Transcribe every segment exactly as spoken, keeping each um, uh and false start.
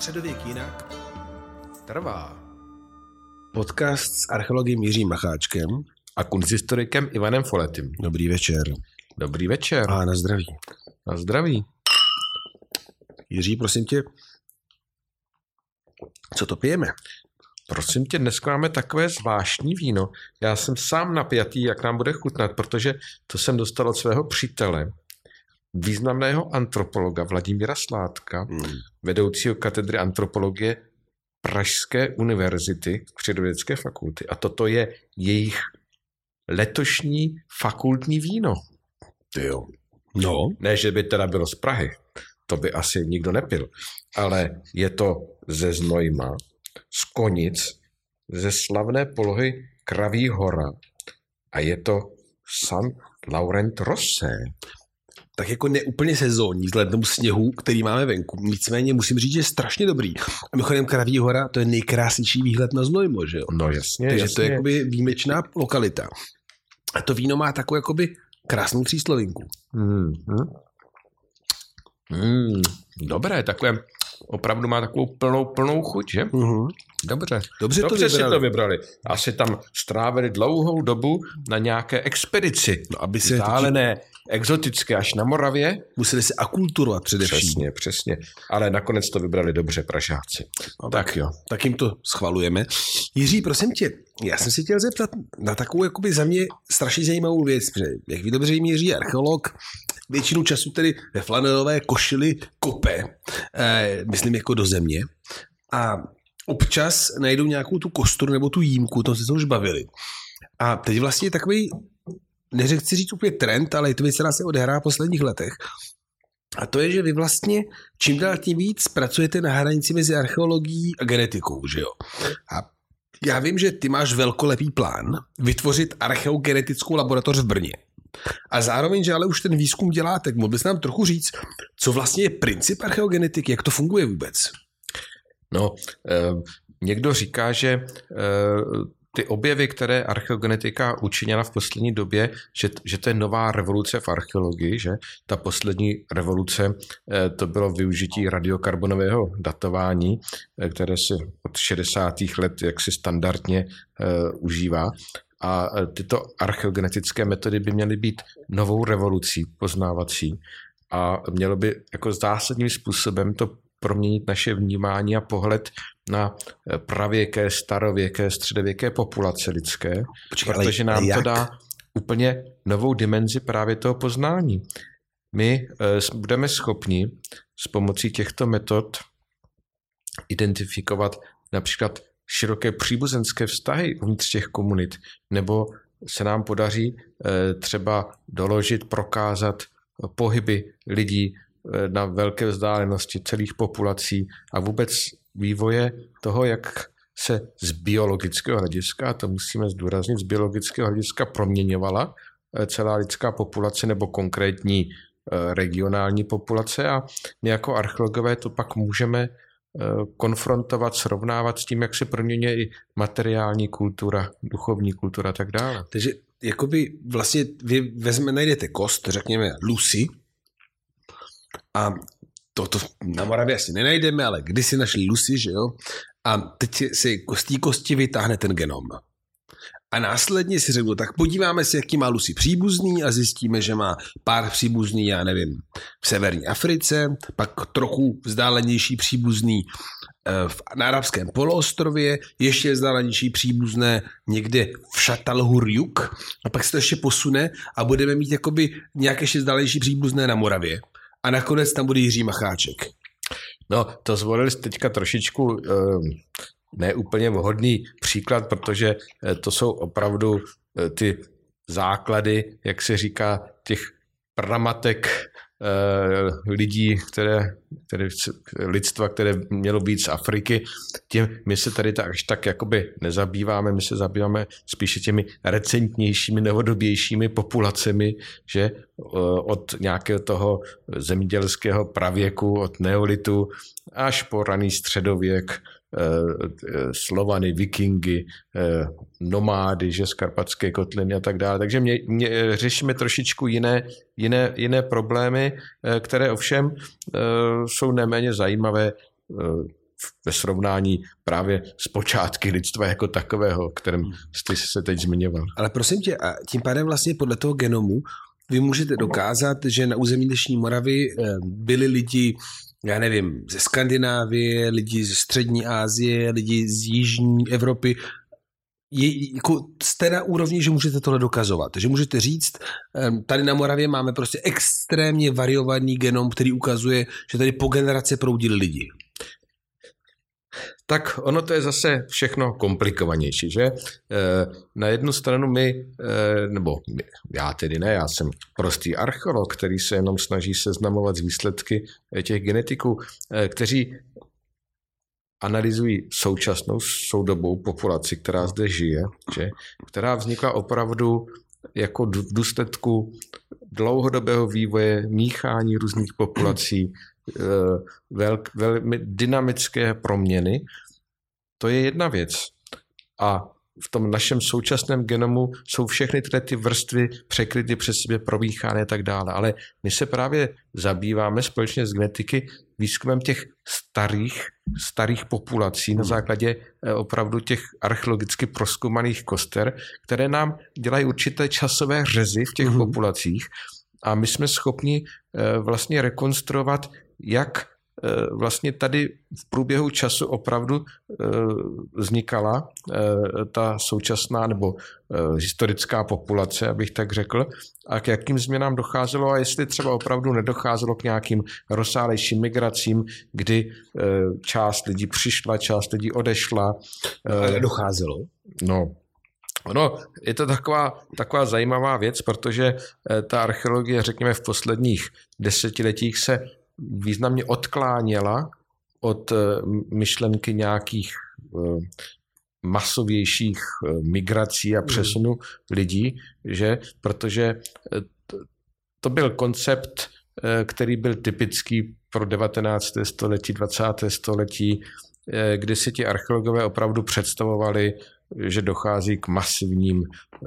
Středověk jinak trvá. Podcast s archeologem Jiřím Macháčkem A kunsthistorikem Ivanem Foletym. Dobrý večer. Dobrý večer. A na zdraví. Na zdraví. Jiří, prosím tě, co to pijeme? Prosím tě, dneska máme takové zvláštní víno. Já jsem sám napjatý, jak nám bude chutnat, protože to jsem dostal od svého přítele, významného antropologa Vladimíra Sládka, hmm. vedoucího katedry antropologie Pražské univerzity Přírodovědecké fakulty. A toto je jejich letošní fakultní víno. Ty jo. No. Ne, že by teda bylo z Prahy, to by asi nikdo nepil, ale je to ze Znojma, z Konic, ze slavné polohy Kraví hora a je to San Laurent Rosé. Tak jako neúplně sezónní vzhledem tomu sněhu, který máme venku. Nicméně musím říct, že je strašně dobrý. A mimochodem Kraví hora, to je nejkrásnější výhled na Znojmo, že jo? No jasně, Takže jasně. to je jakoby výjimečná lokalita. A to víno má takovou jakoby krásnou tříslovinku. Mm, mm. Mm, dobré, takové, opravdu má takovou plnou, plnou chuť, že? Mm-hmm. Dobře, Dobře, Dobře to si to vybrali. Asi tam strávili dlouhou dobu na nějaké expedici. No, aby se vzdálené, totiž... exotické až na Moravě. Museli se akulturovat především. Přesně, přesně. Ale nakonec to vybrali dobře Pražáci. No, tak, tak jo. Tak jim to schvalujeme. Jiří, prosím tě, já jsem si chtěl zeptat na takovou jakoby za mě strašně zajímavou věc, protože jak ví dobře Jiří je archeolog, většinu času tedy ve flanelové košili kope, eh, myslím jako do země, a občas najdou nějakou tu kostru nebo tu jímku, to se už bavili. A teď vlastně je takový, neřekl si říct úplně trend, ale je to věc, která se odehrává v posledních letech. A to je, že vy vlastně čím dál tím víc pracujete na hranici mezi archeologií a genetikou, že jo? A já vím, že ty máš velkolepý plán vytvořit archeogenetickou laboratoř v Brně. A zároveň, že ale už ten výzkum děláte, mohl bys nám trochu říct, co vlastně je princip archeogenetiky, jak to funguje vůbec? No, eh, někdo říká, že eh, ty objevy, které archeogenetika učinila v poslední době, že, že to je nová revoluce v archeologii, že ta poslední revoluce eh, to bylo využití radiokarbonového datování, eh, které se od šedesátých let jaksi standardně eh, užívá. A tyto archeogenetické metody by měly být novou revolucí poznávací a mělo by jako zásadním způsobem to proměnit naše vnímání a pohled na pravěké, starověké, středověké populace lidské, Počkej, protože nám jak? to dá úplně novou dimenzi právě toho poznání. My uh, budeme schopni s pomocí těchto metod identifikovat například široké příbuzenské vztahy uvnitř těch komunit, nebo se nám podaří uh, třeba doložit, prokázat pohyby lidí na velké vzdálenosti celých populací a vůbec vývoje toho, jak se z biologického hlediska, a to musíme zdůraznit, z biologického hlediska proměňovala celá lidská populace nebo konkrétní regionální populace a my jako archeologové to pak můžeme konfrontovat, srovnávat s tím, jak se proměňuje i materiální kultura, duchovní kultura a tak dále. Takže jakoby vlastně vy vezme, najdete kost, řekněme Lucy, a to, to na Moravě asi nenajdeme, ale kdysi našli Lucy, že jo? A teď si kostí kosti vytáhne ten genom. A následně si řeknu, tak podíváme se, jaký má Lucy příbuzný a zjistíme, že má pár příbuzný, já nevím, v severní Africe, pak trochu vzdálenější příbuzný v, na arabském poloostrově, ještě vzdálenější příbuzné někde v Šatalhurjuk a pak se to ještě posune a budeme mít jakoby nějaké ještě vzdálenější příbuzné na Moravě. A nakonec tam bude Jiří Macháček. No, to zvolili teďka trošičku uh, neúplně vhodný příklad, protože to jsou opravdu uh, ty základy, jak se říká, těch pramatek uh, lidí, které, které, lidstva, které mělo být z Afriky. Tím my se tady tak, až tak jakoby nezabýváme, my se zabýváme spíše těmi recentnějšími, novodobějšími populacemi, že od nějakého toho zemědělského pravěku, od neolitu až po raný středověk, Slovany, Vikingy, nomády, že z Karpatské kotliny a tak dále. Takže mě, mě, řešíme trošičku jiné, jiné, jiné problémy, které ovšem jsou neméně zajímavé ve srovnání právě s počátky lidstva jako takového, kterým jste se teď zmiňoval. Ale prosím tě, a tím pádem vlastně podle toho genomu vy můžete dokázat, že na území dnešní Moravy byli lidi, já nevím, ze Skandinávie, lidi ze střední Asie, lidi z jižní Evropy. Je, jako jste na úrovni, že můžete tohle dokazovat. Že můžete říct, tady na Moravě máme prostě extrémně variovaný genom, který ukazuje, že tady po generace proudili lidi. Tak ono to je zase všechno komplikovanější, že? Na jednu stranu my, nebo já tedy ne, já jsem prostý archeolog, který se jenom snaží seznamovat z výsledky těch genetiků, kteří analyzují současnou soudobou populaci, která zde žije, že? Která vznikla opravdu jako v důsledku dlouhodobého vývoje, míchání různých populací, vel, velmi dynamické proměny. To je jedna věc. A v tom našem současném genomu jsou všechny tyhle ty vrstvy překryty přes sebe, promíchané a tak dále. Ale my se právě zabýváme společně s genetiky výzkumem těch starých, starých populací na základě opravdu těch archeologicky prozkoumaných koster, které nám dělají určité časové řezy v těch mm. populacích a my jsme schopni vlastně rekonstruovat, jak vlastně tady v průběhu času opravdu vznikala ta současná nebo historická populace, abych tak řekl, a k jakým změnám docházelo a jestli třeba opravdu nedocházelo k nějakým rozsáhlejším migracím, kdy část lidí přišla, část lidí odešla. Ale docházelo? No, No, je to taková, taková zajímavá věc, protože ta archeologie, řekněme, v posledních desetiletích se významně odkláněla od myšlenky nějakých masovějších migrací a přesunu lidí, že? Protože to byl koncept, který byl typický pro devatenácté století, dvacáté století, kdy si ti archeologové opravdu představovali, že dochází k masivním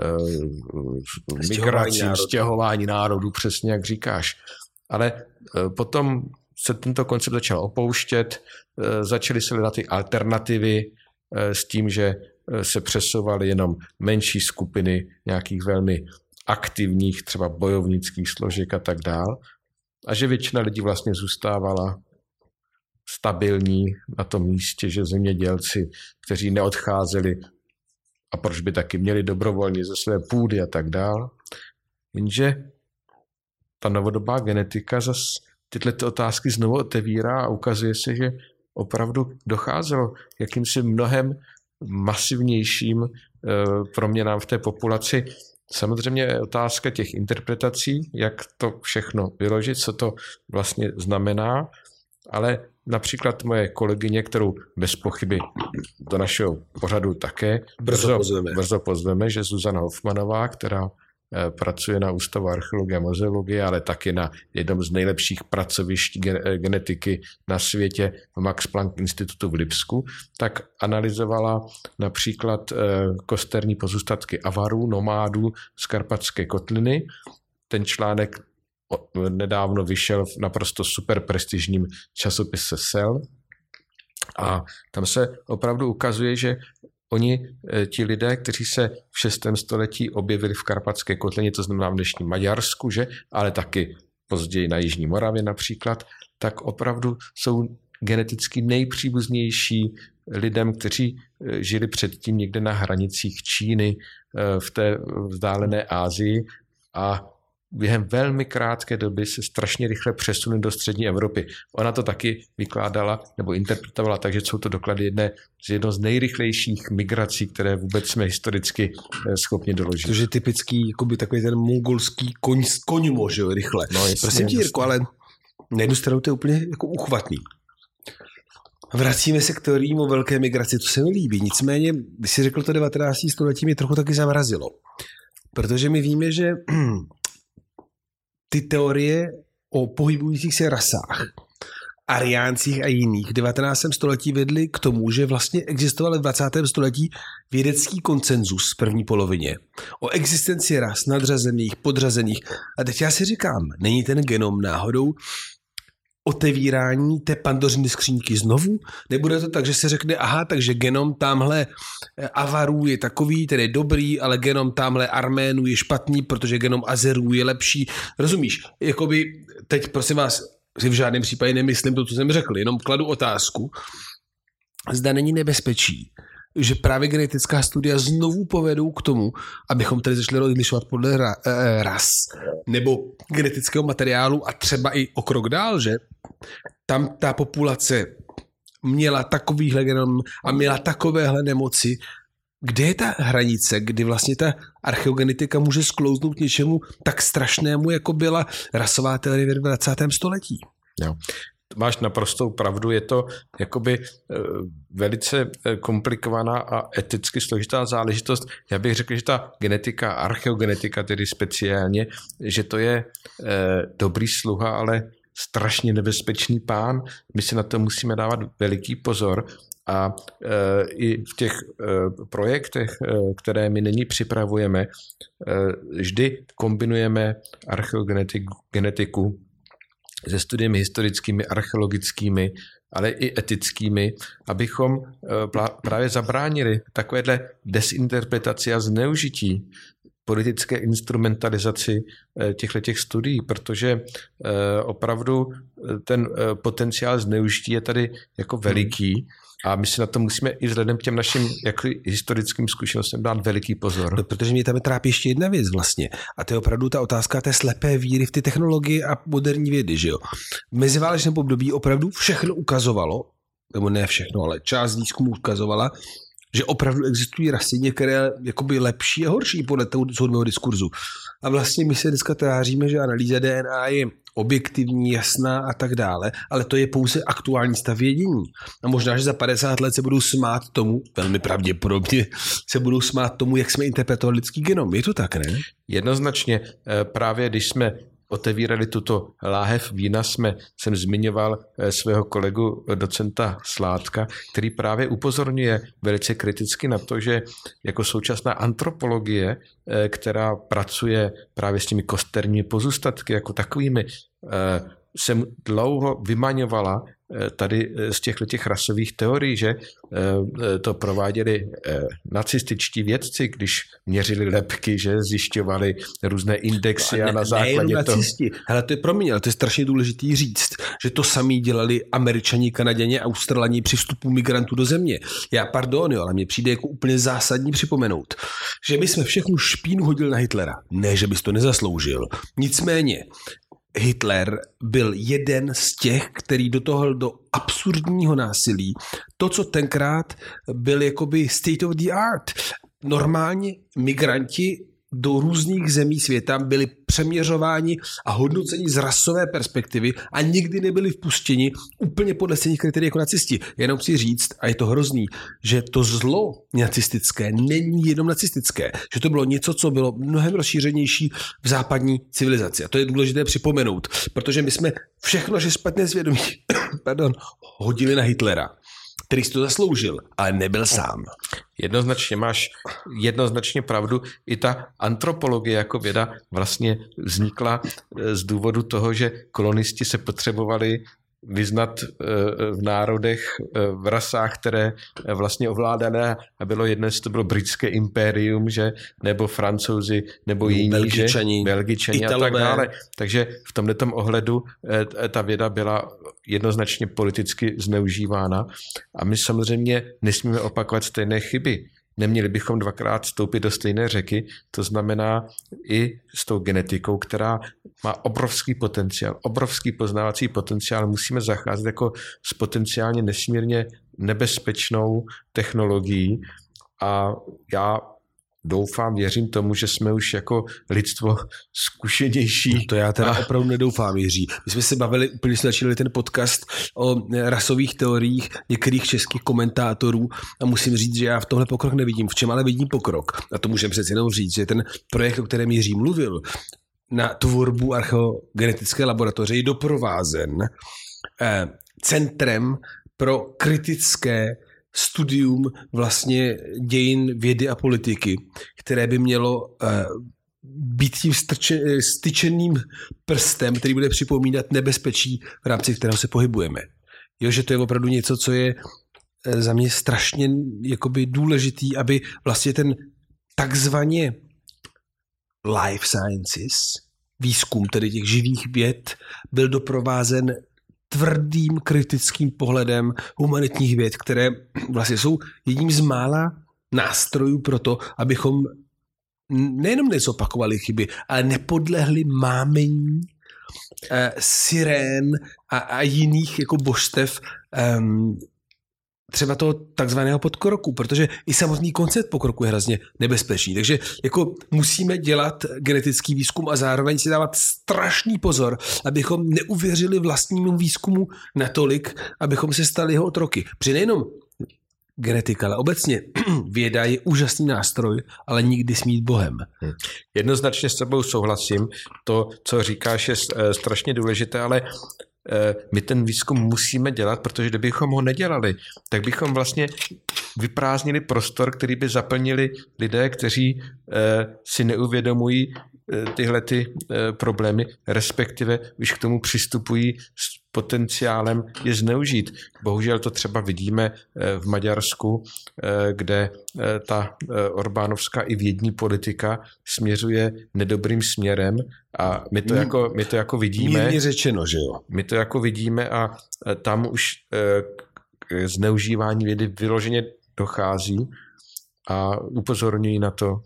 uh, migracím, stěhování národů, přesně jak říkáš. Ale uh, potom se tento koncept začal opouštět, uh, začaly se hledat ty alternativy uh, s tím, že uh, se přesouvaly jenom menší skupiny nějakých velmi aktivních, třeba bojovnických složek a tak dál. A že většina lidí vlastně zůstávala stabilní na tom místě, že zemědělci, kteří neodcházeli, a proč by taky měli dobrovolně ze své půdy a tak dál. Jenže ta novodobá genetika zase tyhle ty otázky znovu otevírá a ukazuje se, že opravdu docházelo k jakýmsi mnohem masivnějším uh, proměnám v té populaci. Samozřejmě je otázka těch interpretací, jak to všechno vyložit, co to vlastně znamená, ale například moje kolegyně, kterou bez pochyby do našeho pořadu také brzo, brzo pozveme, brzo pozveme, že Zuzana Hofmanová, která pracuje na Ústavu archeologie a muzeologie, ale taky na jednom z nejlepších pracovišť genetiky na světě v Max Planck institutu v Lipsku, tak analyzovala například kosterní pozůstatky avarů, nomádů z Karpatské kotliny. Ten článek nedávno vyšel v naprosto super prestižním časopise Cell a tam se opravdu ukazuje, že oni, ti lidé, kteří se v šestém století objevili v Karpatské kotlině, to znamená v dnešním Maďarsku, že, ale taky později na Jižní Moravě například, tak opravdu jsou geneticky nejpříbuznější lidem, kteří žili předtím někde na hranicích Číny v té vzdálené Asii a během velmi krátké doby se strašně rychle přesunuli do střední Evropy. Ona to taky vykládala nebo interpretovala tak, že jsou to doklady jedné z jedno z nejrychlejších migrací, které vůbec jsme historicky schopni doložit. To je typický jakoby takový ten mongolský koň, koňmo, že jo, rychle. No, prosím tě, Jirko, ale na jednu stranu to je úplně jako uchvatný. Vracíme se k teoriím o velké migraci, to se mi líbí. Nicméně, když jsi řekl to devatenácté století, mě trochu taky zamrazilo. Protože my víme, že ty teorie o pohybujících se rasách, ariáncích a jiných v devatenáctém století vedly k tomu, že vlastně existoval v dvacátém století vědecký konsenzus v první polovině o existenci ras nadřazených, podřazených. A teď já si říkám, není ten genom náhodou otevírání té pandořiny skříňky znovu? Nebude to tak, že se řekne, aha, takže genom tamhle Avarů je takový, ten je dobrý, ale genom tamhle Arménů je špatný, protože genom Azerů je lepší. Rozumíš? Jakoby teď, prosím vás, si v žádném případě nemyslím to, co jsem řekl, jenom kladu otázku, zda není nebezpečí, že právě genetická studia znovu povedou k tomu, abychom tady začali rozlišovat podle ra, e, ras nebo genetického materiálu a třeba i o krok dál, že tam ta populace měla takovýhle genom a měla takovéhle nemoci. Kde je ta hranice, kdy vlastně ta archeogenetika může sklouznout k něčemu tak strašnému, jako byla rasová teorie ve dvacátém století? Jo. Máš naprostou pravdu, je to jakoby velice komplikovaná a eticky složitá záležitost. Já bych řekl, že ta genetika, archeogenetika tedy speciálně, že to je dobrý sluha, ale strašně nebezpečný pán. My si na to musíme dávat veliký pozor a i v těch projektech, které my nyní připravujeme, vždy kombinujeme archeogenetiku se studiemi historickými, archeologickými, ale i etickými, abychom právě zabránili takovéhle desinterpretaci a zneužití politické instrumentalizaci těchto studií, protože opravdu ten potenciál zneužití je tady jako veliký a my si na to musíme i vzhledem k těm našim jako historickým zkušenostem dát veliký pozor. No, protože mě tam trápí ještě jedna věc vlastně a to je opravdu ta otázka té slepé víry v ty technologie a moderní vědy, že jo. V meziválečném období opravdu všechno ukazovalo, nebo ne všechno, ale část výzkumu ukazovala, že opravdu existují rasy některé jakoby lepší a horší podle toho soudného diskurzu. A vlastně my se dneska tváříme, že analýza D N A je objektivní, jasná a tak dále, ale to je pouze aktuální stav vědění. A možná, že za padesát let se budou smát tomu, velmi pravděpodobně se budou smát tomu, jak jsme interpretovali lidský genom. Je to tak, ne? Jednoznačně. Právě když jsme otevírali tuto láhev vína, jsme, jsem zmiňoval svého kolegu docenta Sládka, který právě upozorňuje velice kriticky na to, že jako současná antropologie, která pracuje právě s těmi kosterními pozůstatky jako takovými, jsem dlouho vymaňovala tady z těchto těch rasových teorií, že to prováděli nacističtí vědci, když měřili lebky, že zjišťovali různé indexy a, ne, a na základě toho... nacisti. Hele, to je pro mě, ale to je strašně důležitý říct, že to samý dělali Američani, Kanaděni, Australani při vstupu migrantů do země. Já pardon, jo, ale mně přijde jako úplně zásadní připomenout, že my jsme všechnu špínu hodili na Hitlera. Ne, že bys to nezasloužil. Nicméně, Hitler byl jeden z těch, který do toho do absurdního násilí, to, co tenkrát byl jakoby state of the art. Normálně migranti do různých zemí světa byli přeměřováni a hodnoceni z rasové perspektivy a nikdy nebyli vpuštěni úplně podle stejných kritérií jako nacisti. Jenom chci říct, a je to hrozný, že to zlo nacistické není jenom nacistické, že to bylo něco, co bylo mnohem rozšířenější v západní civilizaci. A to je důležité připomenout, protože my jsme všechno, že špatné svědomí pardon, hodili na Hitlera, který si to zasloužil, ale nebyl sám. Jednoznačně máš jednoznačně pravdu. I ta antropologie jako věda vlastně vznikla z důvodu toho, že kolonisti se potřebovali vyznat v národech, v rasách, které vlastně ovládaly a bylo jedno, jestli to bylo britské impérium, že, nebo Francouzi, nebo jiní, Belgičani, že, Belgičani a tak dále. Takže v tomto ohledu ta věda byla jednoznačně politicky zneužívána a my samozřejmě nesmíme opakovat stejné chyby. Neměli bychom dvakrát vstoupit do stejné řeky, to znamená i s tou genetikou, která má obrovský potenciál, obrovský poznávací potenciál. Musíme zacházet jako s potenciálně nesmírně nebezpečnou technologií a já doufám, věřím tomu, že jsme už jako lidstvo zkušenější. No to já teda a... opravdu nedoufám, Jiří. My jsme se bavili, úplně jsme začínali ten podcast o rasových teoriích některých českých komentátorů a musím říct, že já v tomhle pokrok nevidím. V čem ale vidím pokrok? A to můžeme přece jenom říct, že ten projekt, o kterém Jiří mluvil, na tvorbu archeogenetické laboratoře je doprovázen eh, centrem pro kritické studium vlastně dějin vědy a politiky, které by mělo eh, být tím strče, styčeným prstem, který bude připomínat nebezpečí, v rámci kterého se pohybujeme. Jo, že to je opravdu něco, co je za mě strašně jakoby důležitý, aby vlastně ten takzvaně life sciences, výzkum tedy těch živých věd, byl doprovázen tvrdým kritickým pohledem humanitních věd, které vlastně jsou jedním z mála nástrojů pro to, abychom nejenom nezopakovali chyby, ale nepodlehli mámení eh, sirén a, a jiných jako božstev um, třeba toho takzvaného podkroku, protože i samotný koncept pokroku je hrozně nebezpečný. Takže jako musíme dělat genetický výzkum a zároveň si dávat strašný pozor, abychom neuvěřili vlastnímu výzkumu natolik, abychom se stali jeho otroky. Protože nejenom genetika, ale obecně věda je úžasný nástroj, ale nikdy smít Bohem. Hmm. Jednoznačně s tebou souhlasím. To, co říkáš, je strašně důležité, ale my ten výzkum musíme dělat, protože kdybychom ho nedělali, tak bychom vlastně vyprázdnili prostor, který by zaplnili lidé, kteří si neuvědomují tyhle ty problémy, respektive už k tomu přistupují s potenciálem je zneužít. Bohužel to třeba vidíme v Maďarsku, kde ta orbánovská i vědní politika směřuje nedobrým směrem a my to jako, my to jako vidíme. Mírně řečeno, že jo. My to jako vidíme a tam už k zneužívání vědy vyloženě dochází a upozorňují na to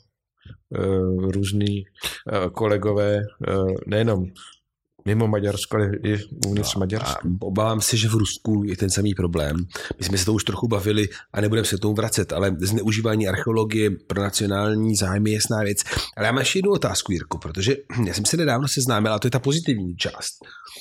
různí kolegové, nejenom mimo Maďarsko, ale i uvnitř Maďarska. Obávám se, že v Rusku je ten samý problém. My jsme se to už trochu bavili a nebudeme se k tomu vracet, ale zneužívání archeologie pro nacionální zájmy je jasná věc. Ale já mám ještě jednu otázku, Jirko, protože já jsem se nedávno seznámil, a to je ta pozitivní část,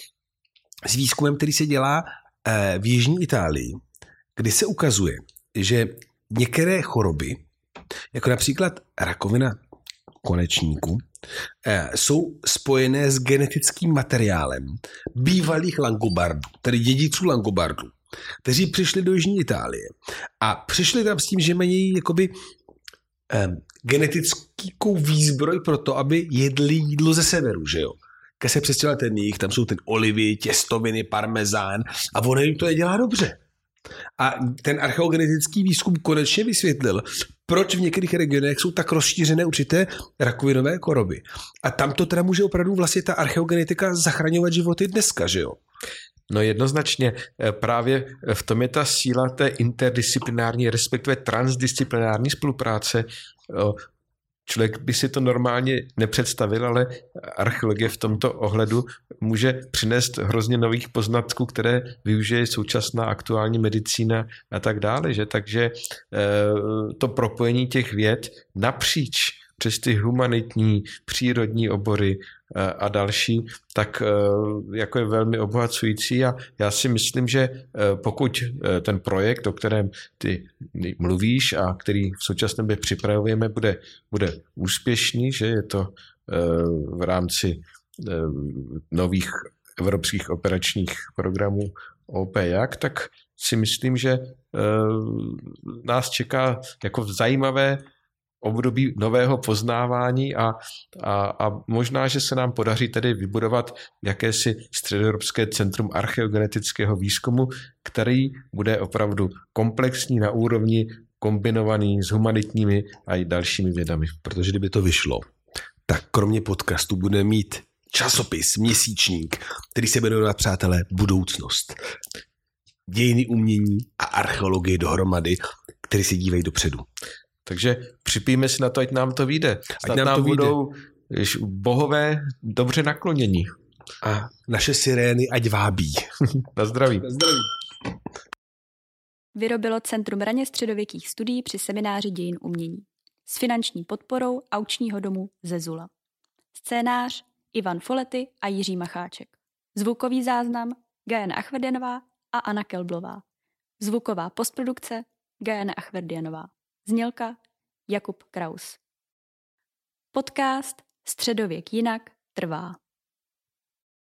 s výzkumem, který se dělá v jižní Itálii, kdy se ukazuje, že některé choroby, jako například rakovina konečníku, jsou spojené s genetickým materiálem bývalých Langobardů, tedy dědiců Langobardů, kteří přišli do jižní Itálie a přišli tam s tím, že mají jakoby eh, genetickou výzbroj pro to, aby jedli jídlo ze severu, že jo. Když se přestěhoval ten jich, tam jsou ten olivy, těstoviny, parmezán a ono jim to nedělá dobře. A ten archeogenetický výzkum konečně vysvětlil, proč v některých regionech jsou tak rozšířené určité rakovinové choroby. A tam to teda může opravdu vlastně ta archeogenetika zachraňovat životy dneska, že jo? No jednoznačně právě v tom je ta síla té interdisciplinární, respektive transdisciplinární spolupráce. Člověk by si to normálně nepředstavil, ale archeologie v tomto ohledu může přinést hrozně nových poznatků, které využije současná aktuální medicína a tak dále. Že? Takže to propojení těch věd napříč přes ty humanitní, přírodní obory a další, tak jako je velmi obohacující a já si myslím, že pokud ten projekt, o kterém ty mluvíš a který v současné době připravujeme, bude, bude úspěšný, že je to v rámci nových evropských operačních programů O P jak, tak si myslím, že nás čeká jako zajímavé období nového poznávání a, a, a možná, že se nám podaří tedy vybudovat jakési středoevropské centrum archeogenetického výzkumu, který bude opravdu komplexní na úrovni kombinovaný s humanitními a i dalšími vědami. Protože kdyby to vyšlo, tak kromě podcastu bude mít časopis, měsíčník, který se bude jmenovat, přátelé, Budoucnost. Dějiny umění a archeologie dohromady, který se dívají dopředu. Takže připijme si na to, ať nám to vyjde. Snad ať nám, nám to budou vyjde. Bohové dobře naklonění. A naše sirény ať vábí. Na zdraví. Na zdraví. Vyrobilo Centrum raně středověkých studií při semináři dějin umění. S finanční podporou Aukčního domu Zezula. Scénář Ivan Folety a Jiří Macháček. Zvukový záznam Gajána Achverdianová a Anna Kelblová. Zvuková postprodukce Gajána Achverdianová. Znělka Jakub Kraus. Podcast Středověk jinak trvá.